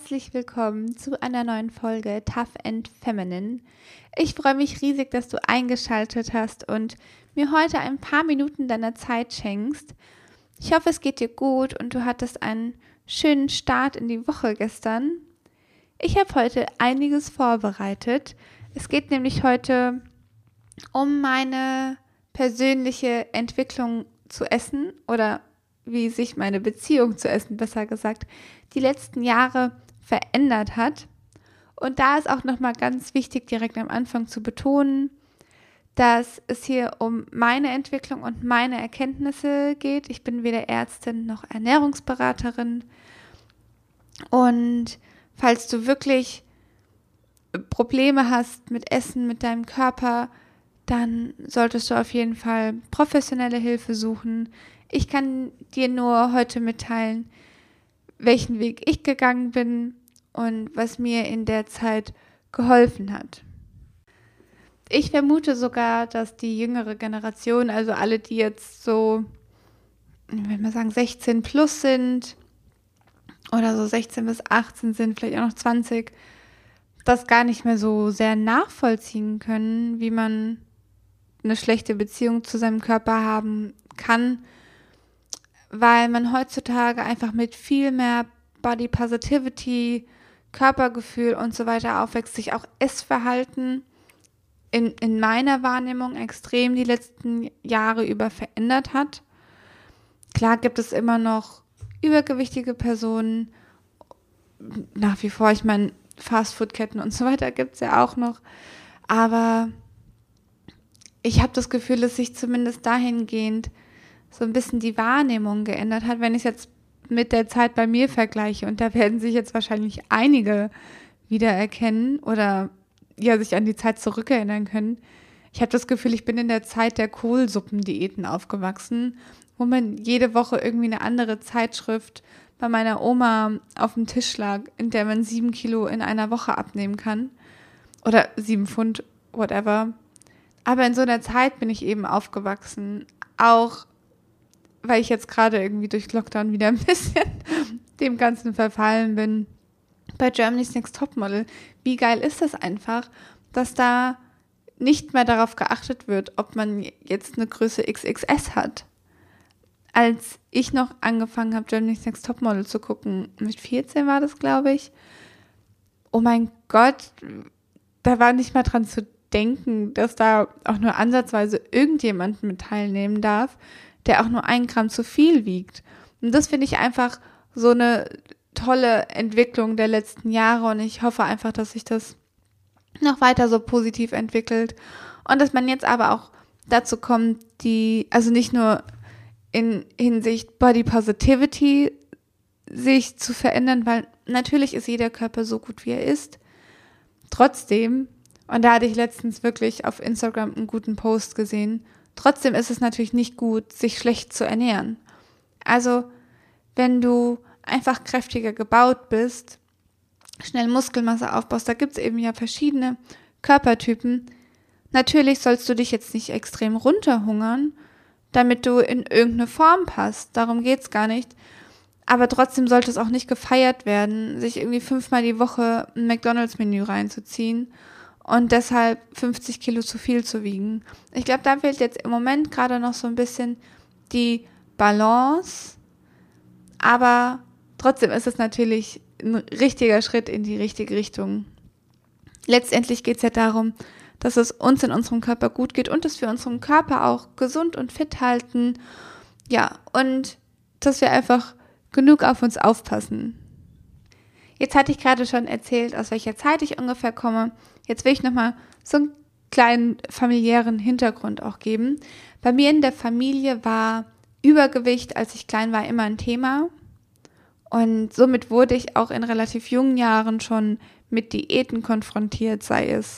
Herzlich willkommen zu einer neuen Folge Tough and Feminine. Ich freue mich riesig, dass du eingeschaltet hast und mir heute ein paar Minuten deiner Zeit schenkst. Ich hoffe, es geht dir gut und du hattest einen schönen Start in die Woche gestern. Ich habe heute einiges vorbereitet. Es geht nämlich heute um meine persönliche Entwicklung zu Essen oder wie sich meine Beziehung zu Essen, besser gesagt, die letzten Jahre verändert hat. Und da ist auch nochmal ganz wichtig, direkt am Anfang zu betonen, dass es hier um meine Entwicklung und meine Erkenntnisse geht. Ich bin weder Ärztin noch Ernährungsberaterin. Und falls du wirklich Probleme hast mit Essen, mit deinem Körper, dann solltest du auf jeden Fall professionelle Hilfe suchen. Ich kann dir nur heute mitteilen, welchen Weg ich gegangen bin und was mir in der Zeit geholfen hat. Ich vermute sogar, dass die jüngere Generation, also alle, die jetzt so, wenn wir sagen 16 plus sind oder so 16 bis 18 sind, vielleicht auch noch 20, das gar nicht mehr so sehr nachvollziehen können, wie man eine schlechte Beziehung zu seinem Körper haben kann, weil man heutzutage einfach mit viel mehr Body Positivity, Körpergefühl und so weiter aufwächst, sich auch Essverhalten in meiner Wahrnehmung extrem die letzten Jahre über verändert hat. Klar gibt es immer noch übergewichtige Personen, nach wie vor, ich meine, Fastfood-Ketten und so weiter gibt es ja auch noch, aber ich habe das Gefühl, dass sich zumindest dahingehend so ein bisschen die Wahrnehmung geändert hat, wenn ich es jetzt mit der Zeit bei mir vergleiche. Und da werden sich jetzt wahrscheinlich einige wiedererkennen oder ja sich an die Zeit zurückerinnern können. Ich habe das Gefühl, ich bin in der Zeit der Kohlsuppendiäten aufgewachsen, wo man jede Woche irgendwie eine andere Zeitschrift bei meiner Oma auf dem Tisch lag, in der man 7 Kilo in einer Woche abnehmen kann. Oder 7 Pfund, whatever. Aber in so einer Zeit bin ich eben aufgewachsen. Auch weil ich jetzt gerade irgendwie durch Lockdown wieder ein bisschen dem Ganzen verfallen bin. Bei Germany's Next Topmodel. Wie geil ist das einfach, dass da nicht mehr darauf geachtet wird, ob man jetzt eine Größe XXS hat. Als ich noch angefangen habe, Germany's Next Topmodel zu gucken, mit 14 war das, glaube ich. Oh mein Gott, da war nicht mal dran zu denken, dass da auch nur ansatzweise irgendjemand mit teilnehmen darf, der auch nur 1 Gramm zu viel wiegt. Und das finde ich einfach so eine tolle Entwicklung der letzten Jahre und ich hoffe einfach, dass sich das noch weiter so positiv entwickelt und dass man jetzt aber auch dazu kommt, also nicht nur in Hinsicht Body Positivity sich zu verändern, weil natürlich ist jeder Körper so gut, wie er ist. Trotzdem, und da hatte ich letztens wirklich auf Instagram einen guten Post gesehen, trotzdem ist es natürlich nicht gut, sich schlecht zu ernähren. Also, wenn du einfach kräftiger gebaut bist, schnell Muskelmasse aufbaust, da gibt es eben ja verschiedene Körpertypen. Natürlich sollst du dich jetzt nicht extrem runterhungern, damit du in irgendeine Form passt. Darum geht es gar nicht. Aber trotzdem sollte es auch nicht gefeiert werden, sich irgendwie 5-mal die Woche ein McDonald's-Menü reinzuziehen und deshalb 50 Kilo zu viel zu wiegen. Ich glaube, da fehlt jetzt im Moment gerade noch so ein bisschen die Balance, aber trotzdem ist es natürlich ein richtiger Schritt in die richtige Richtung. Letztendlich geht es ja darum, dass es uns in unserem Körper gut geht und dass wir unseren Körper auch gesund und fit halten. Ja, und dass wir einfach genug auf uns aufpassen. Jetzt hatte ich gerade schon erzählt, aus welcher Zeit ich ungefähr komme. Jetzt will ich nochmal so einen kleinen familiären Hintergrund auch geben. Bei mir in der Familie war Übergewicht, als ich klein war, immer ein Thema. Und somit wurde ich auch in relativ jungen Jahren schon mit Diäten konfrontiert, sei es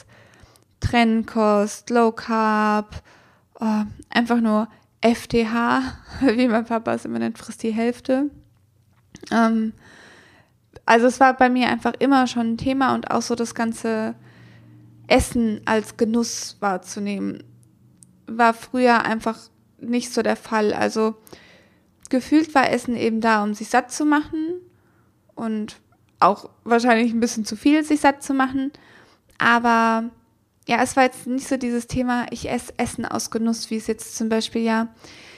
Trennkost, Low Carb, einfach nur FTH, wie mein Papa es immer nennt, frisst die Hälfte. Also es war bei mir einfach immer schon ein Thema und auch so das ganze Essen als Genuss wahrzunehmen, war früher einfach nicht so der Fall. Also gefühlt war Essen eben da, um sich satt zu machen und auch wahrscheinlich ein bisschen zu viel, sich satt zu machen. Aber ja, es war jetzt nicht so dieses Thema, ich esse Essen aus Genuss, wie es jetzt zum Beispiel ja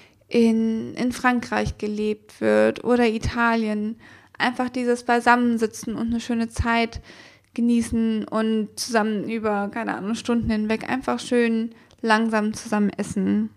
in Frankreich gelebt wird oder Italien. Einfach dieses Beisammensitzen und eine schöne Zeit genießen und zusammen über, keine Ahnung, Stunden hinweg einfach schön langsam zusammen essen.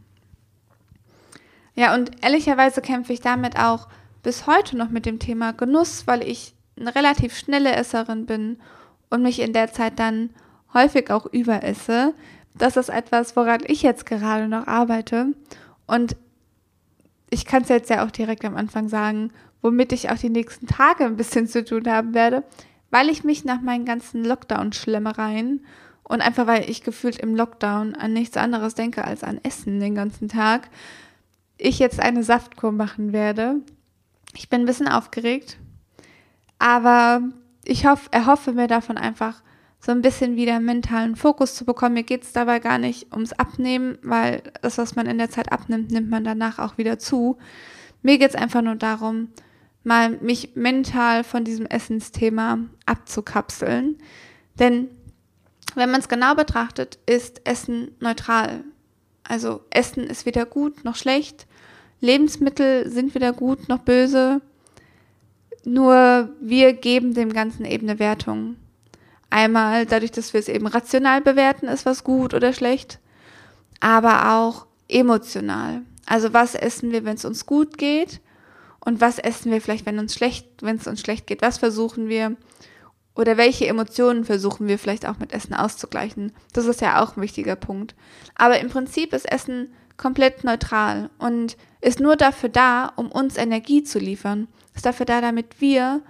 Ja, und ehrlicherweise kämpfe ich damit auch bis heute noch mit dem Thema Genuss, weil ich eine relativ schnelle Esserin bin und mich in der Zeit dann häufig auch überesse. Das ist etwas, woran ich jetzt gerade noch arbeite. Und ich kann es jetzt ja auch direkt am Anfang sagen, womit ich auch die nächsten Tage ein bisschen zu tun haben werde, weil ich mich nach meinen ganzen Lockdown-Schlemmereien und einfach weil ich gefühlt im Lockdown an nichts anderes denke als an Essen den ganzen Tag, ich jetzt eine Saftkur machen werde. Ich bin ein bisschen aufgeregt, aber ich erhoffe mir davon einfach so ein bisschen wieder mentalen Fokus zu bekommen. Mir geht es dabei gar nicht ums Abnehmen, weil das, was man in der Zeit abnimmt, nimmt man danach auch wieder zu. Mir geht es einfach nur darum, mal mich mental von diesem Essensthema abzukapseln. Denn wenn man es genau betrachtet, ist Essen neutral. Also Essen ist weder gut noch schlecht. Lebensmittel sind weder gut noch böse. Nur wir geben dem Ganzen eben eine Wertung. Einmal dadurch, dass wir es eben rational bewerten, ist was gut oder schlecht, aber auch emotional. Also was essen wir, wenn es uns gut geht und was essen wir vielleicht, wenn es uns schlecht geht. Was versuchen wir oder welche Emotionen versuchen wir vielleicht auch mit Essen auszugleichen. Das ist ja auch ein wichtiger Punkt. Aber im Prinzip ist Essen komplett neutral und ist nur dafür da, um uns Energie zu liefern. Ist dafür da, damit wir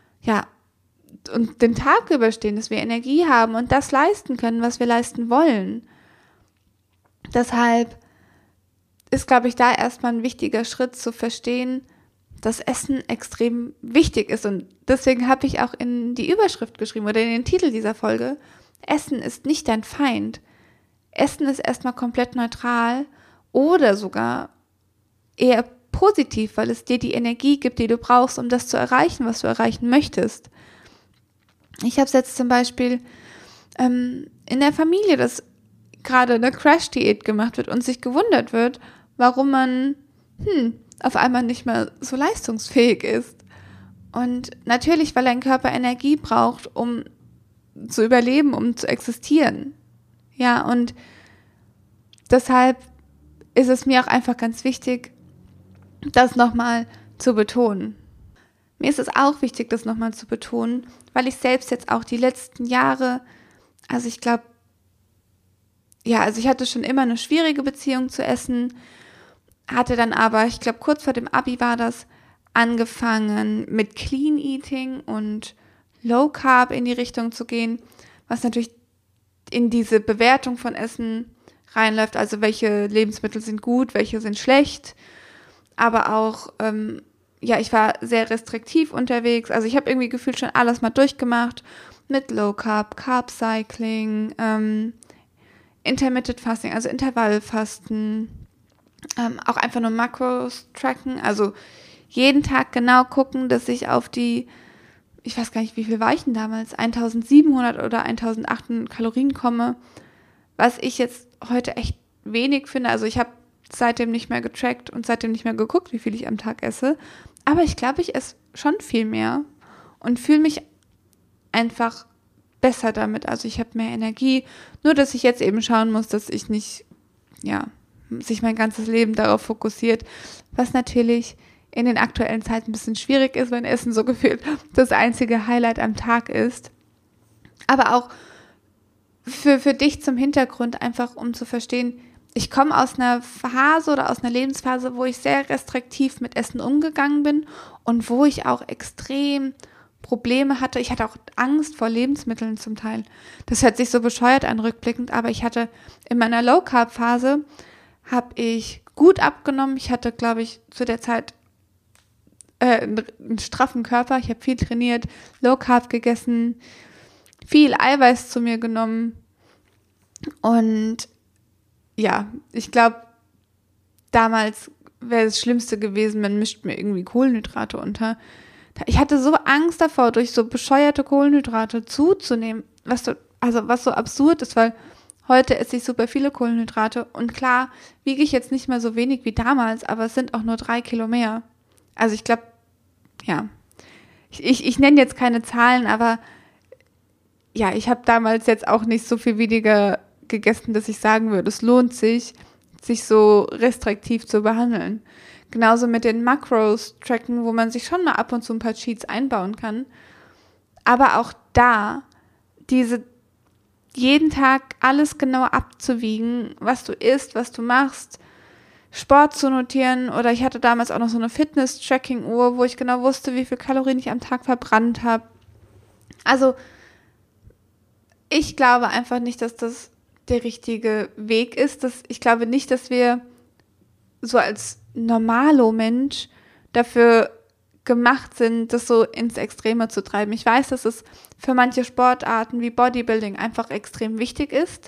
und den Tag überstehen, dass wir Energie haben und das leisten können, was wir leisten wollen. Deshalb ist, glaube ich, da erstmal ein wichtiger Schritt zu verstehen, dass Essen extrem wichtig ist. Und deswegen habe ich auch in die Überschrift geschrieben oder in den Titel dieser Folge, Essen ist nicht dein Feind. Essen ist erstmal komplett neutral oder sogar eher positiv, weil es dir die Energie gibt, die du brauchst, um das zu erreichen, was du erreichen möchtest. Ich habe es jetzt zum Beispiel in der Familie, dass gerade eine Crash-Diät gemacht wird und sich gewundert wird, warum man auf einmal nicht mehr so leistungsfähig ist. Und natürlich, weil dein Körper Energie braucht, um zu überleben, um zu existieren. Ja, und deshalb ist es mir auch einfach ganz wichtig, das nochmal zu betonen. Mir ist es auch wichtig, das nochmal zu betonen, weil ich selbst jetzt auch die letzten Jahre, also ich glaube, ich hatte schon immer eine schwierige Beziehung zu Essen, hatte dann aber, ich glaube, kurz vor dem Abi war das, angefangen mit Clean Eating und Low Carb in die Richtung zu gehen, was natürlich in diese Bewertung von Essen reinläuft, also welche Lebensmittel sind gut, welche sind schlecht, aber auch ich war sehr restriktiv unterwegs. Also ich habe irgendwie gefühlt schon alles mal durchgemacht mit Low Carb, Carb Cycling, Intermittent Fasting, also Intervallfasten, auch einfach nur Makros tracken, also jeden Tag genau gucken, dass ich auf die, ich weiß gar nicht, wie viel war ich denn damals, 1700 oder 1800 Kalorien komme, was ich jetzt heute echt wenig finde. Also ich habe seitdem nicht mehr getrackt und seitdem nicht mehr geguckt, wie viel ich am Tag esse. Aber ich glaube, ich esse schon viel mehr und fühle mich einfach besser damit. Also ich habe mehr Energie. Nur, dass ich jetzt eben schauen muss, dass ich nicht, sich mein ganzes Leben darauf fokussiert, was natürlich in den aktuellen Zeiten ein bisschen schwierig ist, wenn Essen so gefühlt das einzige Highlight am Tag ist. Aber auch für dich zum Hintergrund, einfach um zu verstehen, ich komme aus einer Phase oder aus einer Lebensphase, wo ich sehr restriktiv mit Essen umgegangen bin und wo ich auch extrem Probleme hatte. Ich hatte auch Angst vor Lebensmitteln zum Teil. Das hört sich so bescheuert an rückblickend, aber ich hatte in meiner Low-Carb-Phase, habe ich gut abgenommen. Ich hatte, glaube ich, zu der Zeit einen straffen Körper. Ich habe viel trainiert, Low-Carb gegessen, viel Eiweiß zu mir genommen und ich glaube, damals wäre das Schlimmste gewesen, man mischt mir irgendwie Kohlenhydrate unter. Ich hatte so Angst davor, durch so bescheuerte Kohlenhydrate zuzunehmen, was so absurd ist, weil heute esse ich super viele Kohlenhydrate und klar wiege ich jetzt nicht mehr so wenig wie damals, aber es sind auch nur 3 Kilo mehr. Also ich glaube, ja, ich nenne jetzt keine Zahlen, aber ja, ich habe damals jetzt auch nicht so viel weniger gegessen, dass ich sagen würde, es lohnt sich so restriktiv zu behandeln. Genauso mit den Macros tracken, wo man sich schon mal ab und zu ein paar Cheats einbauen kann. Aber auch da, jeden Tag alles genau abzuwiegen, was du isst, was du machst, Sport zu notieren, oder ich hatte damals auch noch so eine Fitness-Tracking-Uhr, wo ich genau wusste, wie viel Kalorien ich am Tag verbrannt habe. Also ich glaube einfach nicht, dass das der richtige Weg ist. Ich glaube nicht, dass wir so als Normalo-Mensch dafür gemacht sind, das so ins Extreme zu treiben. Ich weiß, dass es für manche Sportarten wie Bodybuilding einfach extrem wichtig ist.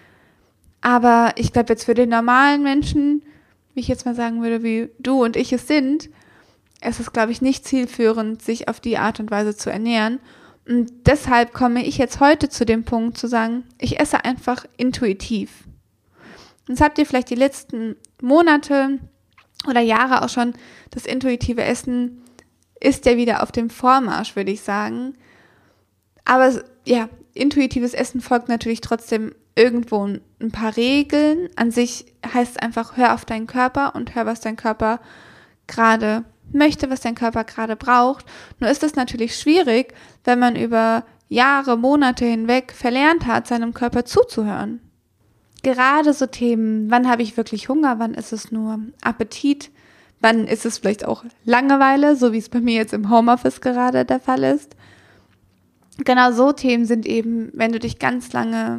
Aber ich glaube jetzt für den normalen Menschen, wie ich jetzt mal sagen würde, wie du und ich es sind, es ist, glaube ich, nicht zielführend, sich auf die Art und Weise zu ernähren. Und deshalb komme ich jetzt heute zu dem Punkt zu sagen, ich esse einfach intuitiv. Das habt ihr vielleicht die letzten Monate oder Jahre auch schon, das intuitive Essen ist ja wieder auf dem Vormarsch, würde ich sagen. Aber ja, intuitives Essen folgt natürlich trotzdem irgendwo ein paar Regeln. An sich heißt es einfach, hör auf deinen Körper und hör, was dein Körper gerade möchte, was dein Körper gerade braucht. Nur ist es natürlich schwierig, wenn man über Jahre, Monate hinweg verlernt hat, seinem Körper zuzuhören. Gerade so Themen, wann habe ich wirklich Hunger, wann ist es nur Appetit, wann ist es vielleicht auch Langeweile, so wie es bei mir jetzt im Homeoffice gerade der Fall ist. Genau so Themen sind eben, wenn du dich ganz lange,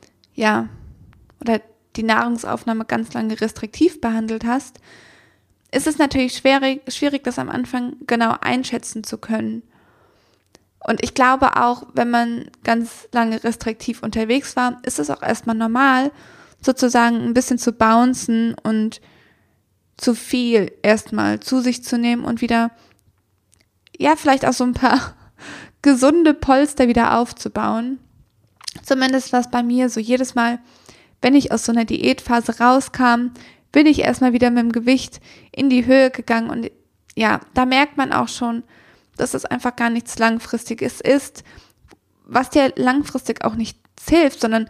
oder die Nahrungsaufnahme ganz lange restriktiv behandelt hast, ist es natürlich schwierig, das am Anfang genau einschätzen zu können. Und ich glaube auch, wenn man ganz lange restriktiv unterwegs war, ist es auch erstmal normal, sozusagen ein bisschen zu bouncen und zu viel erstmal zu sich zu nehmen und wieder, vielleicht auch so ein paar gesunde Polster wieder aufzubauen. Zumindest war es bei mir so, jedes Mal, wenn ich aus so einer Diätphase rauskam, bin ich erstmal wieder mit dem Gewicht in die Höhe gegangen und da merkt man auch schon, dass es einfach gar nichts Langfristiges ist, was dir langfristig auch nichts hilft, sondern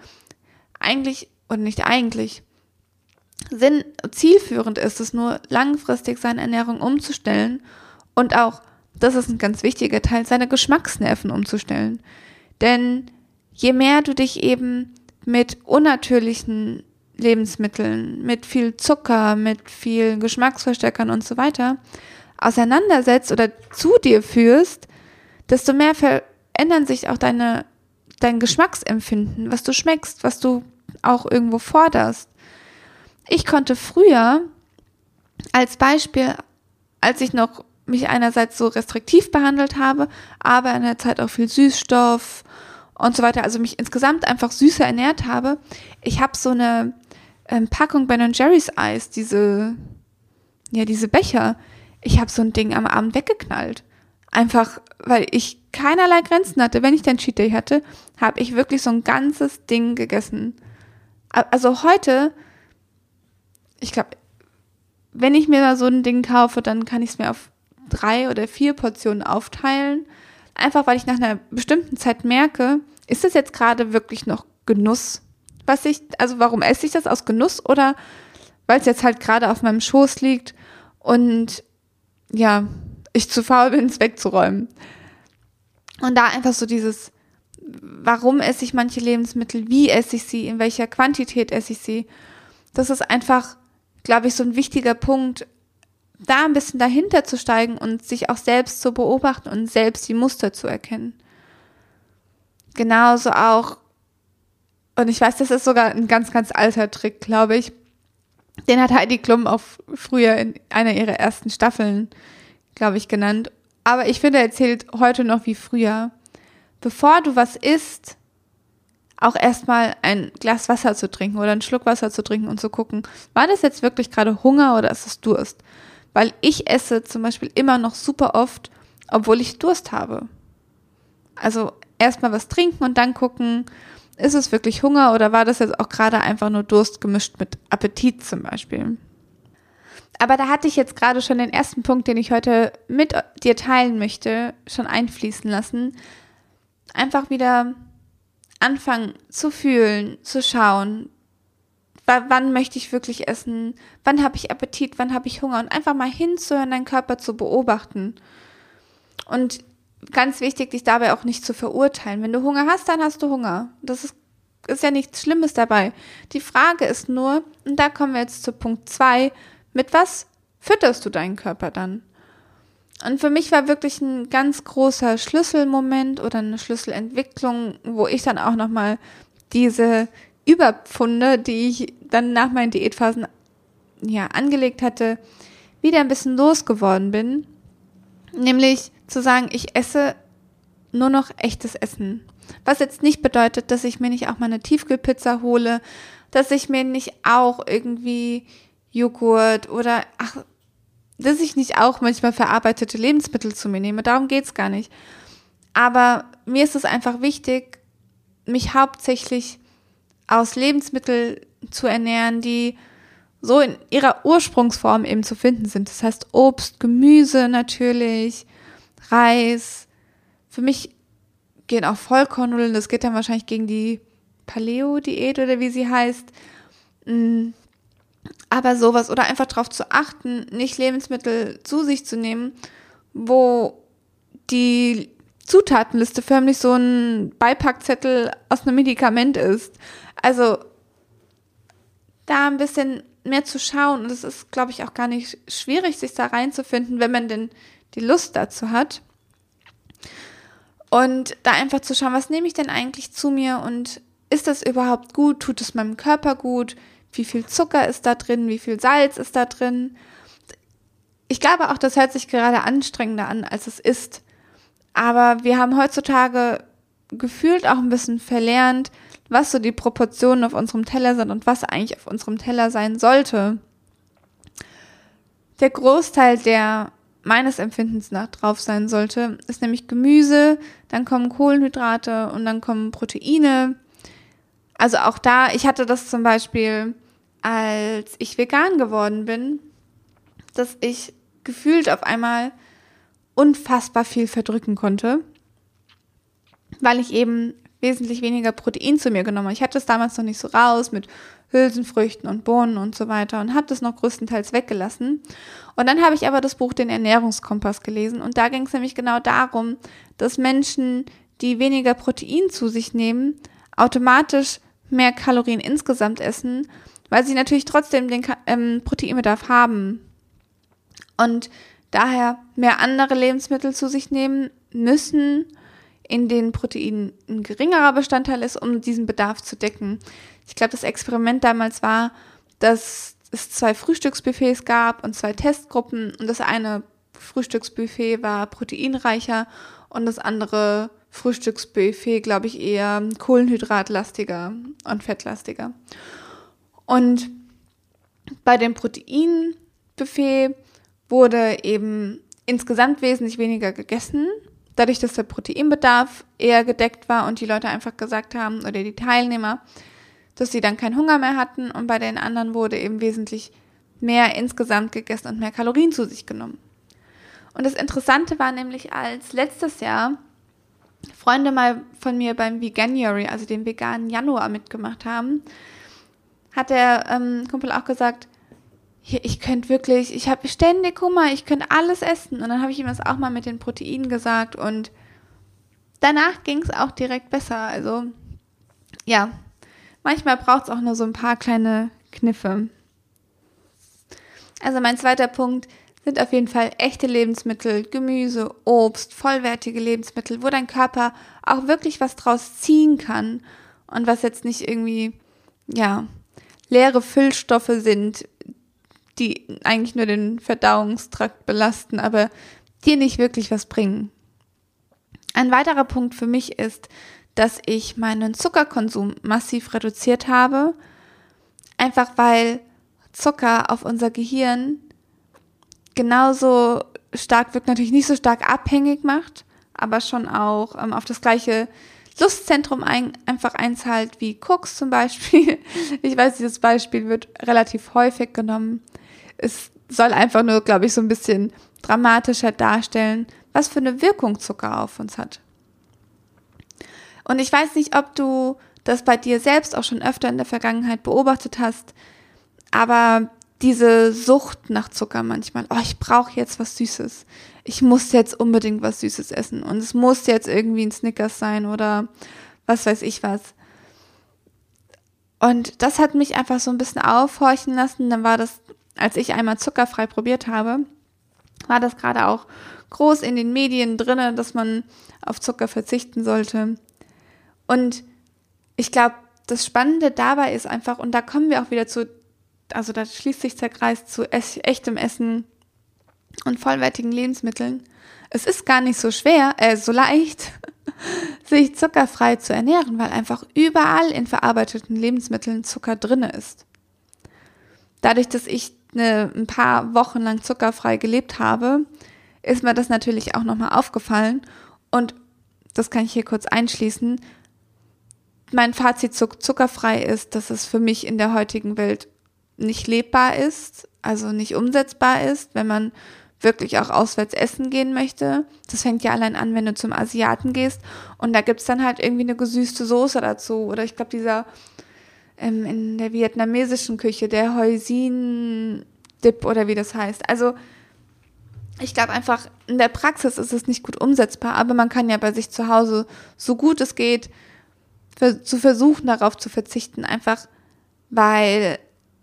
zielführend ist es nur, langfristig seine Ernährung umzustellen und auch, das ist ein ganz wichtiger Teil, seine Geschmacksnerven umzustellen. Denn je mehr du dich eben mit unnatürlichen Lebensmitteln, mit viel Zucker, mit viel Geschmacksverstärkern und so weiter auseinandersetzt oder zu dir führst, desto mehr verändern sich auch dein Geschmacksempfinden, was du schmeckst, was du auch irgendwo forderst. Ich konnte früher, als Beispiel, als ich noch mich einerseits so restriktiv behandelt habe, aber in der Zeit auch viel Süßstoff und so weiter, also mich insgesamt einfach süßer ernährt habe. Ich habe so eine Packung Ben & Jerry's Eis, diese Becher, ich habe so ein Ding am Abend weggeknallt. Einfach, weil ich keinerlei Grenzen hatte. Wenn ich dann Cheat Day hatte, habe ich wirklich so ein ganzes Ding gegessen. Also heute, ich glaube, wenn ich mir da so ein Ding kaufe, dann kann ich es mir auf 3 oder 4 Portionen aufteilen. Einfach, weil ich nach einer bestimmten Zeit merke, ist das jetzt gerade wirklich noch Genuss? Warum esse ich das aus Genuss oder weil es jetzt halt gerade auf meinem Schoß liegt und ich zu faul bin, es wegzuräumen. Und da einfach so dieses, warum esse ich manche Lebensmittel, wie esse ich sie, in welcher Quantität esse ich sie, das ist einfach, glaube ich, so ein wichtiger Punkt, da ein bisschen dahinter zu steigen und sich auch selbst zu beobachten und selbst die Muster zu erkennen. Genauso auch, und ich weiß, das ist sogar ein ganz, ganz alter Trick, glaube ich, den hat Heidi Klum auch früher in einer ihrer ersten Staffeln, glaube ich, genannt. Aber ich finde, er erzählt heute noch wie früher. Bevor du was isst, auch erstmal ein Glas Wasser zu trinken oder einen Schluck Wasser zu trinken und zu gucken, war das jetzt wirklich gerade Hunger oder ist es Durst? Weil ich esse zum Beispiel immer noch super oft obwohl ich Durst habe. Also erstmal was trinken und dann gucken, ist es wirklich Hunger oder war das jetzt auch gerade einfach nur Durst gemischt mit Appetit zum Beispiel. Aber da hatte ich jetzt gerade schon den ersten Punkt, den ich heute mit dir teilen möchte, schon einfließen lassen. Einfach wieder anfangen zu fühlen, zu schauen, wann möchte ich wirklich essen, wann habe ich Appetit, wann habe ich Hunger und einfach mal hinzuhören, deinen Körper zu beobachten. Und ganz wichtig, dich dabei auch nicht zu verurteilen. Wenn du Hunger hast, dann hast du Hunger. Das ist ja nichts Schlimmes dabei. Die Frage ist nur, und da kommen wir jetzt zu Punkt 2, mit was fütterst du deinen Körper dann? Und für mich war wirklich ein ganz großer Schlüsselmoment oder eine Schlüsselentwicklung, wo ich dann auch nochmal diese Überpfunde, die ich dann nach meinen Diätphasen angelegt hatte, wieder ein bisschen losgeworden bin. Nämlich zu sagen, ich esse nur noch echtes Essen. Was jetzt nicht bedeutet, dass ich mir nicht auch mal eine Tiefkühlpizza hole, dass ich mir nicht auch irgendwie Joghurt oder dass ich nicht auch manchmal verarbeitete Lebensmittel zu mir nehme. Darum geht's gar nicht. Aber mir ist es einfach wichtig, mich hauptsächlich aus Lebensmitteln zu ernähren, die so in ihrer Ursprungsform eben zu finden sind. Das heißt Obst, Gemüse natürlich, Reis. Für mich gehen auch Vollkornnudeln, das geht dann wahrscheinlich gegen die Paleo-Diät oder wie sie heißt. Aber sowas oder einfach darauf zu achten, nicht Lebensmittel zu sich zu nehmen, wo die Zutatenliste förmlich so ein Beipackzettel aus einem Medikament ist. Also da ein bisschen mehr zu schauen und es ist, glaube ich, auch gar nicht schwierig, sich da reinzufinden, wenn man denn die Lust dazu hat. Und da einfach zu schauen, was nehme ich denn eigentlich zu mir und ist das überhaupt gut? Tut es meinem Körper gut? Wie viel Zucker ist da drin? Wie viel Salz ist da drin? Ich glaube auch, das hört sich gerade anstrengender an, als es ist. Aber wir haben heutzutage gefühlt auch ein bisschen verlernt, was so die Proportionen auf unserem Teller sind und was eigentlich auf unserem Teller sein sollte. Der Großteil, der meines Empfindens nach drauf sein sollte, ist nämlich Gemüse, dann kommen Kohlenhydrate und dann kommen Proteine. Also auch da, ich hatte das zum Beispiel, als ich vegan geworden bin, dass ich gefühlt auf einmal unfassbar viel verdrücken konnte, weil ich eben wesentlich weniger Protein zu mir genommen habe. Ich hatte es damals noch nicht so raus mit Hülsenfrüchten und Bohnen und so weiter und habe das noch größtenteils weggelassen. Und dann habe ich aber das Buch Den Ernährungskompass gelesen und da ging es nämlich genau darum, dass Menschen, die weniger Protein zu sich nehmen, automatisch mehr Kalorien insgesamt essen, weil sie natürlich trotzdem den Proteinbedarf haben und daher mehr andere Lebensmittel zu sich nehmen müssen, in denen Protein ein geringerer Bestandteil ist, um diesen Bedarf zu decken. Ich glaube, das Experiment damals war, dass es 2 Frühstücksbuffets gab und 2 Testgruppen und das eine Frühstücksbuffet war proteinreicher und das andere Frühstücksbuffet, glaube ich, eher kohlenhydratlastiger und fettlastiger. Und bei dem Proteinbuffet wurde eben insgesamt wesentlich weniger gegessen, dadurch, dass der Proteinbedarf eher gedeckt war und die Leute einfach gesagt haben, oder die Teilnehmer, dass sie dann keinen Hunger mehr hatten und bei den anderen wurde eben wesentlich mehr insgesamt gegessen und mehr Kalorien zu sich genommen. Und das Interessante war nämlich, als letztes Jahr Freunde mal von mir beim Veganuary, also dem veganen Januar mitgemacht haben, hat der Kumpel auch gesagt, ich könnte wirklich, ich habe ständig Hunger, ich könnte alles essen. Und dann habe ich ihm das auch mal mit den Proteinen gesagt und danach ging es auch direkt besser. Also ja, manchmal braucht es auch nur so ein paar kleine Kniffe. Also mein zweiter Punkt sind auf jeden Fall echte Lebensmittel, Gemüse, Obst, vollwertige Lebensmittel, wo dein Körper auch wirklich was draus ziehen kann und was jetzt nicht irgendwie, leere Füllstoffe sind, die eigentlich nur den Verdauungstrakt belasten, aber dir nicht wirklich was bringen. Ein weiterer Punkt für mich ist, dass ich meinen Zuckerkonsum massiv reduziert habe, einfach weil Zucker auf unser Gehirn genauso stark wirkt, natürlich nicht so stark abhängig macht, aber schon auch auf das gleiche Lustzentrum einfach einzahlt wie Koks zum Beispiel. Ich weiß, dieses Beispiel wird relativ häufig genommen. Es soll einfach nur, glaube ich, so ein bisschen dramatischer darstellen, was für eine Wirkung Zucker auf uns hat. Und ich weiß nicht, ob du das bei dir selbst auch schon öfter in der Vergangenheit beobachtet hast, aber diese Sucht nach Zucker manchmal, ich brauche jetzt was Süßes. Ich muss jetzt unbedingt was Süßes essen und es muss jetzt irgendwie ein Snickers sein oder was weiß ich was. Und das hat mich einfach so ein bisschen aufhorchen lassen. Dann war das, als ich einmal zuckerfrei probiert habe, war das gerade auch groß in den Medien drin, dass man auf Zucker verzichten sollte. Und ich glaube, das Spannende dabei ist einfach, und da kommen wir auch wieder da schließt sich der Kreis zu echtem Essen und vollwertigen Lebensmitteln. Es ist gar nicht so leicht, sich zuckerfrei zu ernähren, weil einfach überall in verarbeiteten Lebensmitteln Zucker drin ist. Dadurch, dass ich ein paar Wochen lang zuckerfrei gelebt habe, ist mir das natürlich auch nochmal aufgefallen. Und das kann ich hier kurz einschließen. Mein Fazit zu zuckerfrei ist, dass es für mich in der heutigen Welt nicht lebbar ist, also nicht umsetzbar ist, wenn man wirklich auch auswärts essen gehen möchte. Das fängt ja allein an, wenn du zum Asiaten gehst und da gibt's dann halt irgendwie eine gesüßte Soße dazu. Oder ich glaube, dieser in der vietnamesischen Küche, der Hoisin-Dip oder wie das heißt. Also ich glaube einfach, in der Praxis ist es nicht gut umsetzbar, aber man kann ja bei sich zu Hause, so gut es geht, zu versuchen, darauf zu verzichten, einfach weil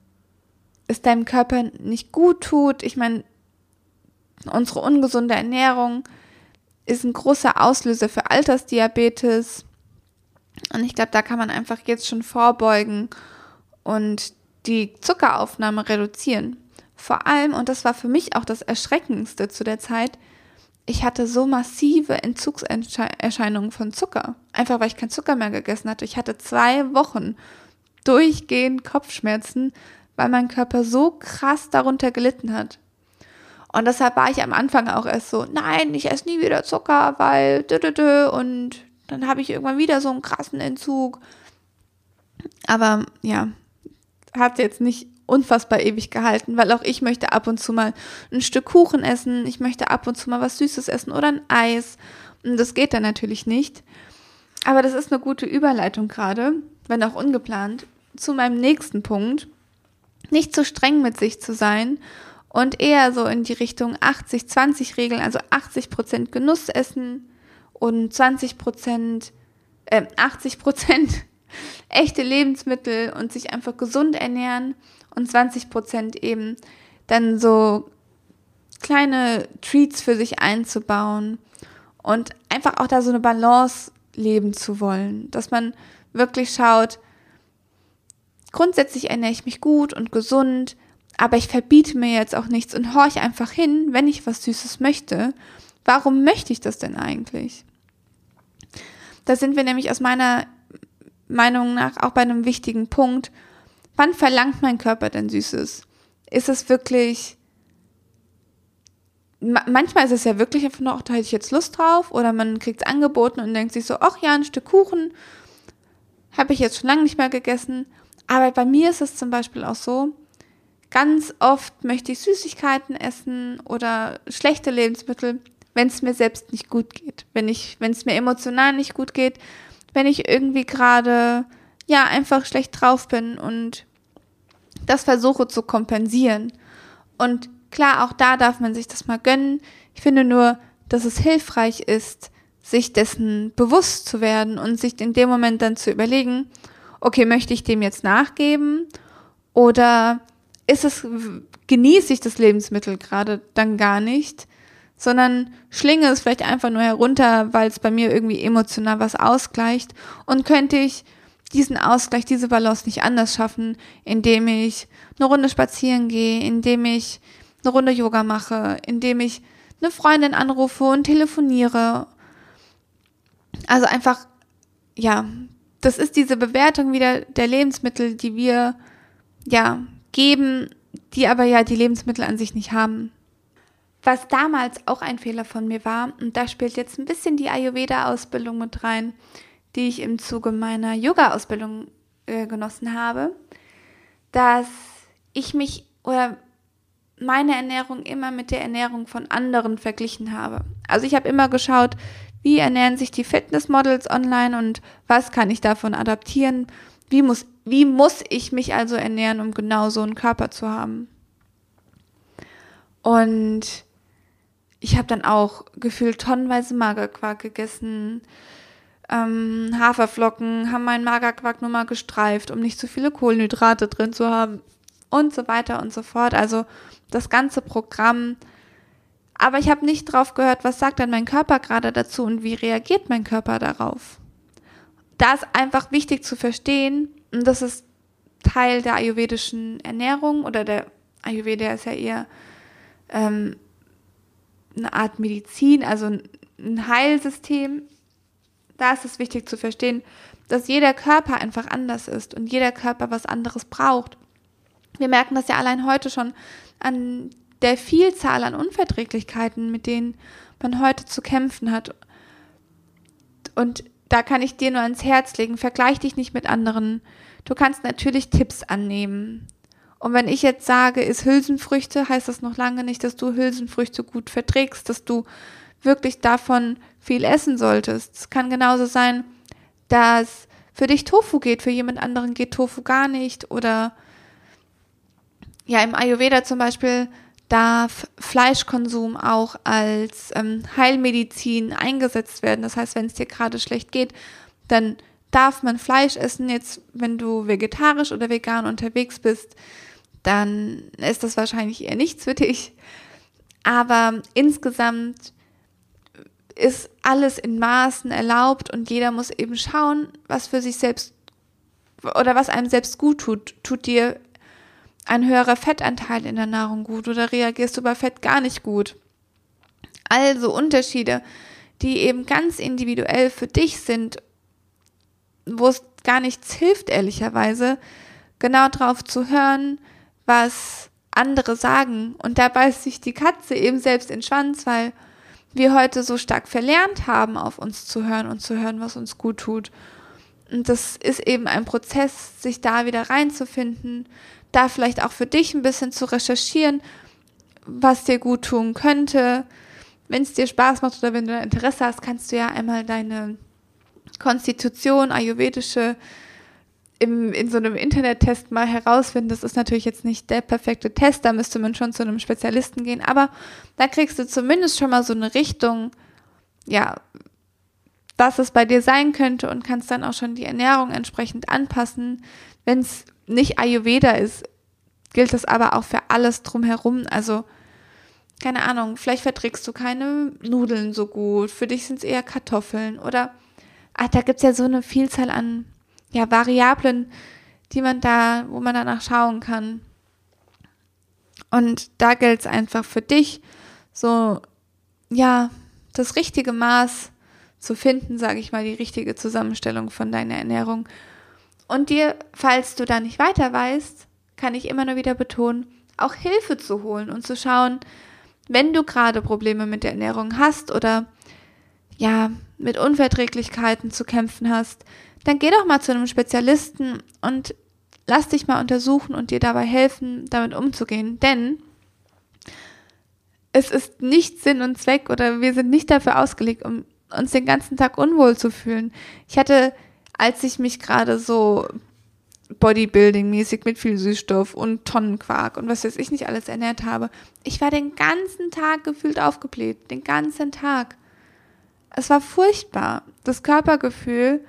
es deinem Körper nicht gut tut. Ich meine, unsere ungesunde Ernährung ist ein großer Auslöser für Altersdiabetes. Und ich glaube, da kann man einfach jetzt schon vorbeugen und die Zuckeraufnahme reduzieren. Vor allem, und das war für mich auch das Erschreckendste zu der Zeit, ich hatte so massive Entzugserscheinungen von Zucker. Einfach, weil ich keinen Zucker mehr gegessen hatte. Ich hatte 2 Wochen durchgehend Kopfschmerzen, weil mein Körper so krass darunter gelitten hat. Und deshalb war ich am Anfang auch erst so, nein, ich esse nie wieder Zucker, weil und dann habe ich irgendwann wieder so einen krassen Entzug. Aber ja, hat jetzt nicht unfassbar ewig gehalten, weil auch ich möchte ab und zu mal ein Stück Kuchen essen, ich möchte ab und zu mal was Süßes essen oder ein Eis. Und das geht dann natürlich nicht. Aber das ist eine gute Überleitung gerade, wenn auch ungeplant, zu meinem nächsten Punkt. Nicht zu streng mit sich zu sein und eher so in die Richtung 80-20-Regeln, also 80% Genuss essen und 80% echte Lebensmittel und sich einfach gesund ernähren und 20% eben dann so kleine Treats für sich einzubauen und einfach auch da so eine Balance leben zu wollen, dass man wirklich schaut, grundsätzlich ernähre ich mich gut und gesund, aber ich verbiete mir jetzt auch nichts und horche einfach hin, wenn ich was Süßes möchte. Warum möchte ich das denn eigentlich? Da sind wir nämlich aus meiner Meinung nach auch bei einem wichtigen Punkt. Wann verlangt mein Körper denn Süßes? Ist es wirklich, manchmal ist es ja wirklich einfach nur, da hätte ich jetzt Lust drauf, oder man kriegt es angeboten und denkt sich so, ach ja, ein Stück Kuchen habe ich jetzt schon lange nicht mehr gegessen. Aber bei mir ist es zum Beispiel auch so, ganz oft möchte ich Süßigkeiten essen oder schlechte Lebensmittel, wenn es mir selbst nicht gut geht. Wenn es mir emotional nicht gut geht, wenn ich irgendwie gerade, einfach schlecht drauf bin und das versuche zu kompensieren. Und klar, auch da darf man sich das mal gönnen. Ich finde nur, dass es hilfreich ist, sich dessen bewusst zu werden und sich in dem Moment dann zu überlegen, okay, möchte ich dem jetzt nachgeben oder genieße ich das Lebensmittel gerade dann gar nicht, sondern schlinge es vielleicht einfach nur herunter, weil es bei mir irgendwie emotional was ausgleicht, und könnte ich diesen Ausgleich, diese Balance nicht anders schaffen, indem ich eine Runde spazieren gehe, indem ich eine Runde Yoga mache, indem ich eine Freundin anrufe und telefoniere. Also einfach, das ist diese Bewertung wieder der Lebensmittel, die wir geben, die aber die Lebensmittel an sich nicht haben. Was damals auch ein Fehler von mir war, und da spielt jetzt ein bisschen die Ayurveda-Ausbildung mit rein, die ich im Zuge meiner Yoga-Ausbildung genossen habe, dass ich mich oder meine Ernährung immer mit der Ernährung von anderen verglichen habe. Also ich habe immer geschaut, wie ernähren sich die Fitnessmodels online und was kann ich davon adaptieren? Wie muss ich mich also ernähren, um genau so einen Körper zu haben? Und ich habe dann auch gefühlt tonnenweise Magerquark gegessen. Haferflocken haben meinen Magerquark nur mal gestreift, um nicht zu viele Kohlenhydrate drin zu haben und so weiter und so fort. Also das ganze Programm. Aber ich habe nicht drauf gehört, was sagt denn mein Körper gerade dazu und wie reagiert mein Körper darauf. Da ist einfach wichtig zu verstehen, und das ist Teil der ayurvedischen Ernährung, oder der Ayurveda ist ja eher eine Art Medizin, also ein Heilsystem. Da ist es wichtig zu verstehen, dass jeder Körper einfach anders ist und jeder Körper was anderes braucht. Wir merken das ja allein heute schon an der Vielzahl an Unverträglichkeiten, mit denen man heute zu kämpfen hat. Und da kann ich dir nur ans Herz legen, vergleich dich nicht mit anderen. Du kannst natürlich Tipps annehmen. Und wenn ich jetzt sage, iss Hülsenfrüchte, heißt das noch lange nicht, dass du Hülsenfrüchte gut verträgst, dass du wirklich davon viel essen solltest. Es kann genauso sein, dass für dich Tofu geht, für jemand anderen geht Tofu gar nicht. Oder ja, im Ayurveda zum Beispiel darf Fleischkonsum auch als Heilmedizin eingesetzt werden. Das heißt, wenn es dir gerade schlecht geht, dann darf man Fleisch essen. Jetzt, wenn du vegetarisch oder vegan unterwegs bist, dann ist das wahrscheinlich eher nichts für dich. Aber insgesamt ist alles in Maßen erlaubt und jeder muss eben schauen, was für sich selbst oder was einem selbst gut tut. Tut dir ein höherer Fettanteil in der Nahrung gut oder reagierst du bei Fett gar nicht gut? Also Unterschiede, die eben ganz individuell für dich sind, wo es gar nichts hilft, ehrlicherweise, genau drauf zu hören, was andere sagen. Und da beißt sich die Katze eben selbst in den Schwanz, weil wir heute so stark verlernt haben, auf uns zu hören und zu hören, was uns gut tut. Und das ist eben ein Prozess, sich da wieder reinzufinden, da vielleicht auch für dich ein bisschen zu recherchieren, was dir gut tun könnte. Wenn es dir Spaß macht oder wenn du Interesse hast, kannst du ja einmal deine Konstitution, ayurvedische, in so einem Internettest mal herausfinden. Das ist natürlich jetzt nicht der perfekte Test, da müsste man schon zu einem Spezialisten gehen, aber da kriegst du zumindest schon mal so eine Richtung, ja, was es bei dir sein könnte und kannst dann auch schon die Ernährung entsprechend anpassen. Wenn es nicht Ayurveda ist, gilt das aber auch für alles drumherum. Also, keine Ahnung, vielleicht verträgst du keine Nudeln so gut, für dich sind es eher Kartoffeln oder, da gibt es ja so eine Vielzahl an Variablen, wo man danach schauen kann. Und da gilt es einfach für dich, so, das richtige Maß zu finden, sage ich mal, die richtige Zusammenstellung von deiner Ernährung. Und dir, falls du da nicht weiter weißt, kann ich immer nur wieder betonen, auch Hilfe zu holen und zu schauen, wenn du gerade Probleme mit der Ernährung hast oder mit Unverträglichkeiten zu kämpfen hast, dann geh doch mal zu einem Spezialisten und lass dich mal untersuchen und dir dabei helfen, damit umzugehen. Denn es ist nicht Sinn und Zweck oder wir sind nicht dafür ausgelegt, um uns den ganzen Tag unwohl zu fühlen. Ich hatte, als ich mich gerade so Bodybuilding-mäßig mit viel Süßstoff und Tonnenquark und was weiß ich nicht alles ernährt habe, ich war den ganzen Tag gefühlt aufgebläht. Den ganzen Tag. Es war furchtbar. Das Körpergefühl,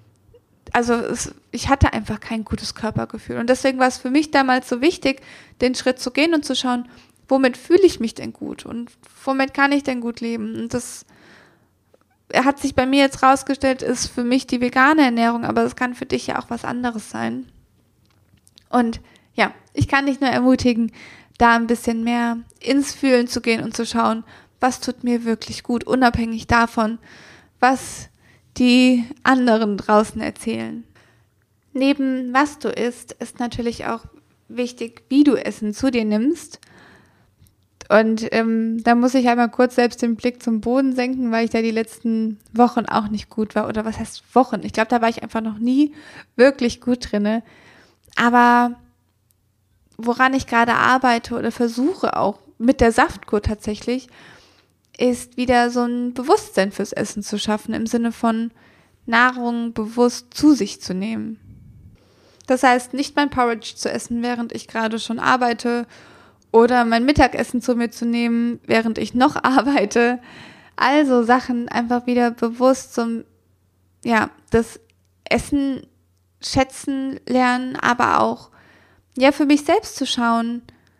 ich hatte einfach kein gutes Körpergefühl. Und deswegen war es für mich damals so wichtig, den Schritt zu gehen und zu schauen, womit fühle ich mich denn gut und womit kann ich denn gut leben. Und das hat sich bei mir jetzt rausgestellt, ist für mich die vegane Ernährung, aber es kann für dich ja auch was anderes sein. Und ich kann dich nur ermutigen, da ein bisschen mehr ins Fühlen zu gehen und zu schauen, was tut mir wirklich gut, unabhängig davon, was die anderen draußen erzählen. Neben was du isst, ist natürlich auch wichtig, wie du Essen zu dir nimmst. Und da muss ich einmal kurz selbst den Blick zum Boden senken, weil ich da die letzten Wochen auch nicht gut war. Oder was heißt Wochen? Ich glaube, da war ich einfach noch nie wirklich gut drinne. Aber woran ich gerade arbeite oder versuche auch mit der Saftkur tatsächlich, ist wieder so ein Bewusstsein fürs Essen zu schaffen, im Sinne von Nahrung bewusst zu sich zu nehmen. Das heißt, nicht mein Porridge zu essen, während ich gerade schon arbeite, oder mein Mittagessen zu mir zu nehmen, während ich noch arbeite. Also Sachen einfach wieder bewusst zum, das Essen schätzen lernen, aber auch, für mich selbst zu schauen,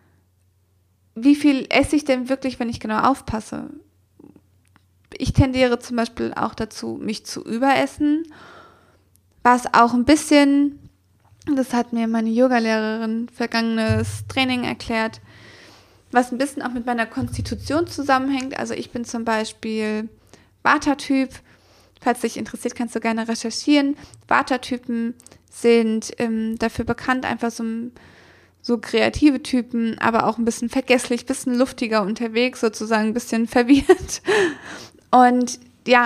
wie viel esse ich denn wirklich, wenn ich genau aufpasse. Ich tendiere zum Beispiel auch dazu, mich zu überessen, was auch ein bisschen, das hat mir meine Yogalehrerin vergangenes Training erklärt, was ein bisschen auch mit meiner Konstitution zusammenhängt. Also ich bin zum Beispiel Vata-Typ. Falls dich interessiert, kannst du gerne recherchieren. Vata-Typen sind dafür bekannt, einfach so kreative Typen, aber auch ein bisschen vergesslich, ein bisschen luftiger unterwegs, sozusagen ein bisschen verwirrt. Und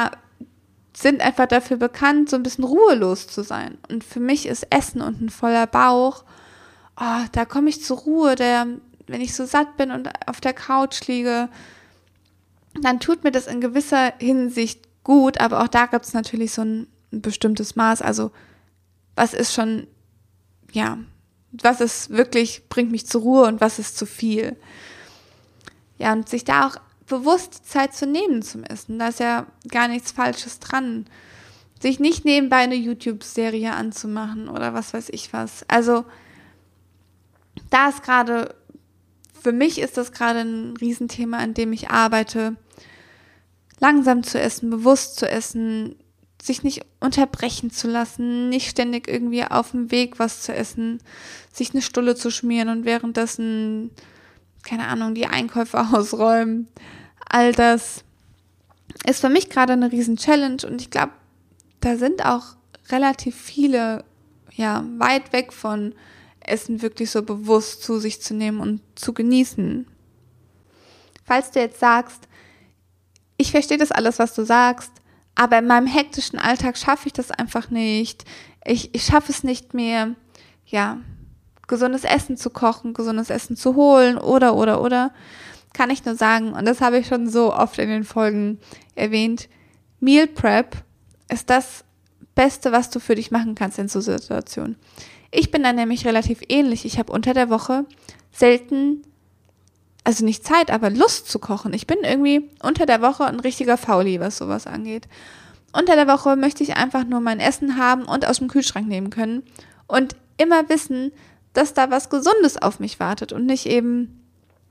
sind einfach dafür bekannt, so ein bisschen ruhelos zu sein. Und für mich ist Essen und ein voller Bauch, da komme ich zur Ruhe, wenn ich so satt bin und auf der Couch liege, dann tut mir das in gewisser Hinsicht gut, aber auch da gibt es natürlich so ein bestimmtes Maß. Also was ist schon, was ist wirklich, bringt mich zur Ruhe und was ist zu viel. Ja, und sich da auch bewusst die Zeit zu nehmen zum Essen, da ist ja gar nichts Falsches dran. Sich nicht nebenbei eine YouTube-Serie anzumachen oder was weiß ich was. Also da ist gerade, für mich ist das gerade ein Riesenthema, an dem ich arbeite, langsam zu essen, bewusst zu essen, sich nicht unterbrechen zu lassen, nicht ständig irgendwie auf dem Weg was zu essen, sich eine Stulle zu schmieren und währenddessen, keine Ahnung, die Einkäufe ausräumen. All das ist für mich gerade eine Riesen-Challenge und ich glaube, da sind auch relativ viele, weit weg von Essen wirklich so bewusst zu sich zu nehmen und zu genießen. Falls du jetzt sagst, ich verstehe das alles, was du sagst, aber in meinem hektischen Alltag schaffe ich das einfach nicht. Ich schaffe es nicht mehr, gesundes Essen zu kochen, gesundes Essen zu holen oder, kann ich nur sagen, und das habe ich schon so oft in den Folgen erwähnt, Meal Prep ist das Beste, was du für dich machen kannst in so Situationen. Ich bin da nämlich relativ ähnlich. Ich habe unter der Woche selten, also nicht Zeit, aber Lust zu kochen. Ich bin irgendwie unter der Woche ein richtiger Fauli, was sowas angeht. Unter der Woche möchte ich einfach nur mein Essen haben und aus dem Kühlschrank nehmen können und immer wissen, dass da was Gesundes auf mich wartet und nicht eben,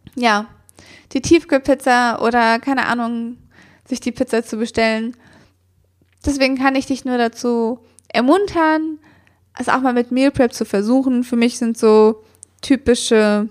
die Tiefkühlpizza oder, keine Ahnung, sich die Pizza zu bestellen. Deswegen kann ich dich nur dazu ermuntern, es auch mal mit Meal Prep zu versuchen. Für mich sind so typische,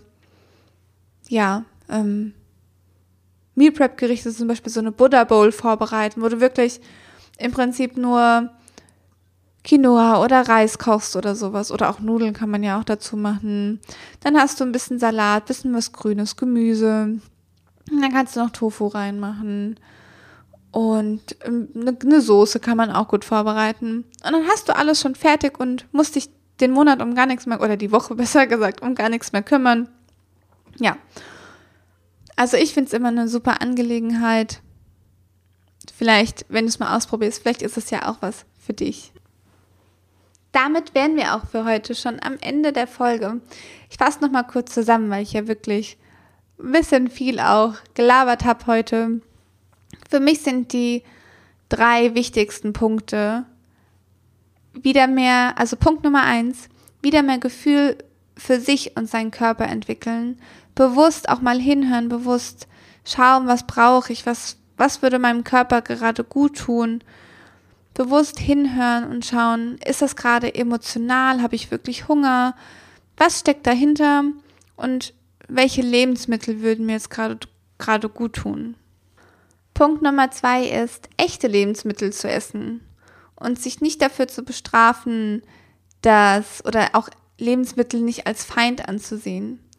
Meal Prep Gerichte zum Beispiel so eine Buddha Bowl vorbereiten, wo du wirklich im Prinzip nur Quinoa oder Reis kochst oder sowas. Oder auch Nudeln kann man ja auch dazu machen. Dann hast du ein bisschen Salat, ein bisschen was Grünes, Gemüse. Und dann kannst du noch Tofu reinmachen. Und eine Soße kann man auch gut vorbereiten. Und dann hast du alles schon fertig und musst dich den Monat um gar nichts mehr, oder die Woche besser gesagt, um gar nichts mehr kümmern. Ja. Also ich finde es immer eine super Angelegenheit. Vielleicht, wenn du es mal ausprobierst, vielleicht ist es ja auch was für dich. Damit wären wir auch für heute schon am Ende der Folge. Ich fasse noch mal kurz zusammen, weil ich ja wirklich ein bisschen viel auch gelabert habe heute. Für mich sind die 3 wichtigsten Punkte wieder mehr, also Punkt Nummer 1, wieder mehr Gefühl für sich und seinen Körper entwickeln, bewusst auch mal hinhören, bewusst schauen, was brauche ich, was würde meinem Körper gerade gut tun, bewusst hinhören und schauen, ist das gerade emotional, habe ich wirklich Hunger, was steckt dahinter und welche Lebensmittel würden mir jetzt gerade gut tun. Punkt Nummer 2 ist, echte Lebensmittel zu essen und sich nicht dafür zu bestrafen, oder auch Lebensmittel nicht als Feind anzusehen.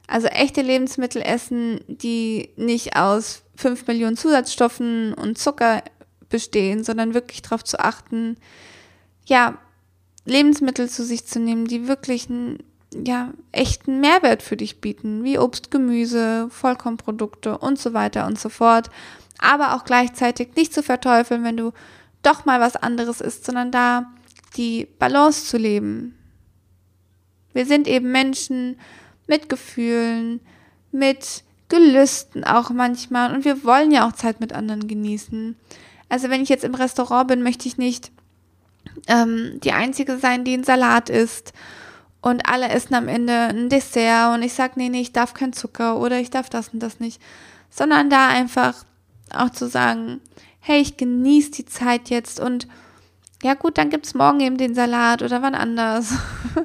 Also echte Lebensmittel essen, die nicht aus 5 Millionen Zusatzstoffen und Zucker bestehen, sondern wirklich darauf zu achten, ja, Lebensmittel zu sich zu nehmen, die wirklich einen echten Mehrwert für dich bieten, wie Obst, Gemüse, Vollkornprodukte und so weiter und so fort. Aber auch gleichzeitig nicht zu verteufeln, wenn du doch mal was anderes isst, sondern da die Balance zu leben. Wir sind eben Menschen mit Gefühlen, mit Gelüsten auch manchmal und wir wollen ja auch Zeit mit anderen genießen. Also wenn ich jetzt im Restaurant bin, möchte ich nicht die Einzige sein, die einen Salat isst und alle essen am Ende ein Dessert und ich sage, nee, ich darf keinen Zucker oder ich darf das und das nicht, sondern da einfach auch zu sagen, hey, ich genieße die Zeit jetzt und ja gut, dann gibt's morgen eben den Salat oder wann anders.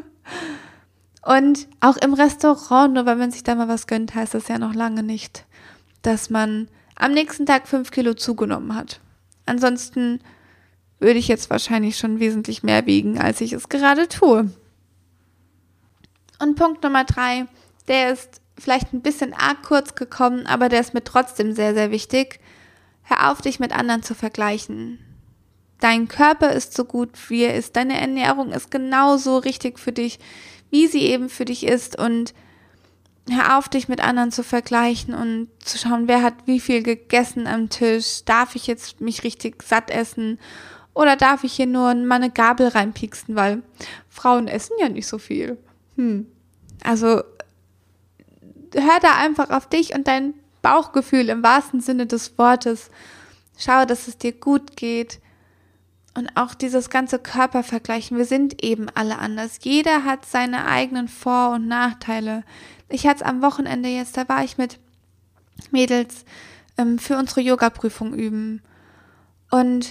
Und auch im Restaurant, nur weil man sich da mal was gönnt, heißt das ja noch lange nicht, dass man am nächsten Tag 5 Kilo zugenommen hat. Ansonsten würde ich jetzt wahrscheinlich schon wesentlich mehr wiegen, als ich es gerade tue. Und Punkt Nummer 3, der ist vielleicht ein bisschen arg kurz gekommen, aber der ist mir trotzdem sehr, sehr wichtig. Hör auf, dich mit anderen zu vergleichen. Dein Körper ist so gut, wie er ist. Deine Ernährung ist genauso richtig für dich, wie sie eben für dich ist. Und hör auf, dich mit anderen zu vergleichen und zu schauen, wer hat wie viel gegessen am Tisch. Darf ich jetzt mich richtig satt essen? Oder darf ich hier nur mal eine Gabel reinpieksen, weil Frauen essen ja nicht so viel. Also hör da einfach auf dich und dein Bauchgefühl im wahrsten Sinne des Wortes. Schau, dass es dir gut geht. Und auch dieses ganze Körpervergleichen, wir sind eben alle anders. Jeder hat seine eigenen Vor- und Nachteile. Ich hatte es am Wochenende jetzt, da war ich mit Mädels für unsere Yoga-Prüfung üben. Und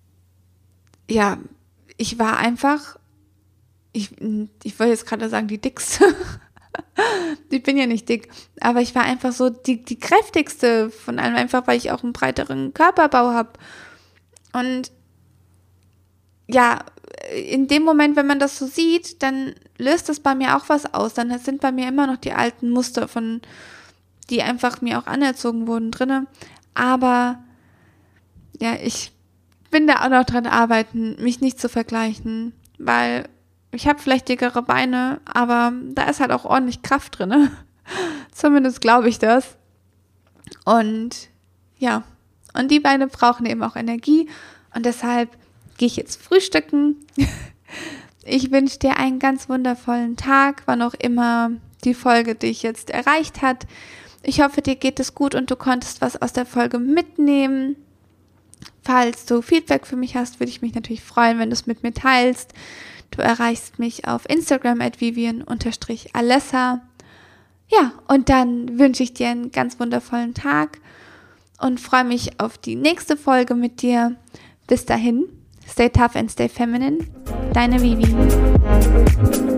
ja, ich war einfach, ich wollte jetzt gerade sagen, die dickste. Ich bin ja nicht dick, aber ich war einfach so die kräftigste von allem, einfach weil ich auch einen breiteren Körperbau habe. Und ja, in dem Moment, wenn man das so sieht, dann löst das bei mir auch was aus. Dann sind bei mir immer noch die alten Muster die einfach mir auch anerzogen wurden drinne. Aber ja, ich bin da auch noch dran arbeiten, mich nicht zu vergleichen, weil ich habe vielleicht dickere Beine, aber da ist halt auch ordentlich Kraft drin. Zumindest glaube ich das. Und ja, und die Beine brauchen eben auch Energie und deshalb gehe ich jetzt frühstücken. Ich wünsche dir einen ganz wundervollen Tag, wann auch immer die Folge dich jetzt erreicht hat. Ich hoffe, dir geht es gut und du konntest was aus der Folge mitnehmen. Falls du Feedback für mich hast, würde ich mich natürlich freuen, wenn du es mit mir teilst. Du erreichst mich auf Instagram @vivian_alessa. Ja, und dann wünsche ich dir einen ganz wundervollen Tag und freue mich auf die nächste Folge mit dir. Bis dahin, stay tough and stay feminine. Deine Vivi.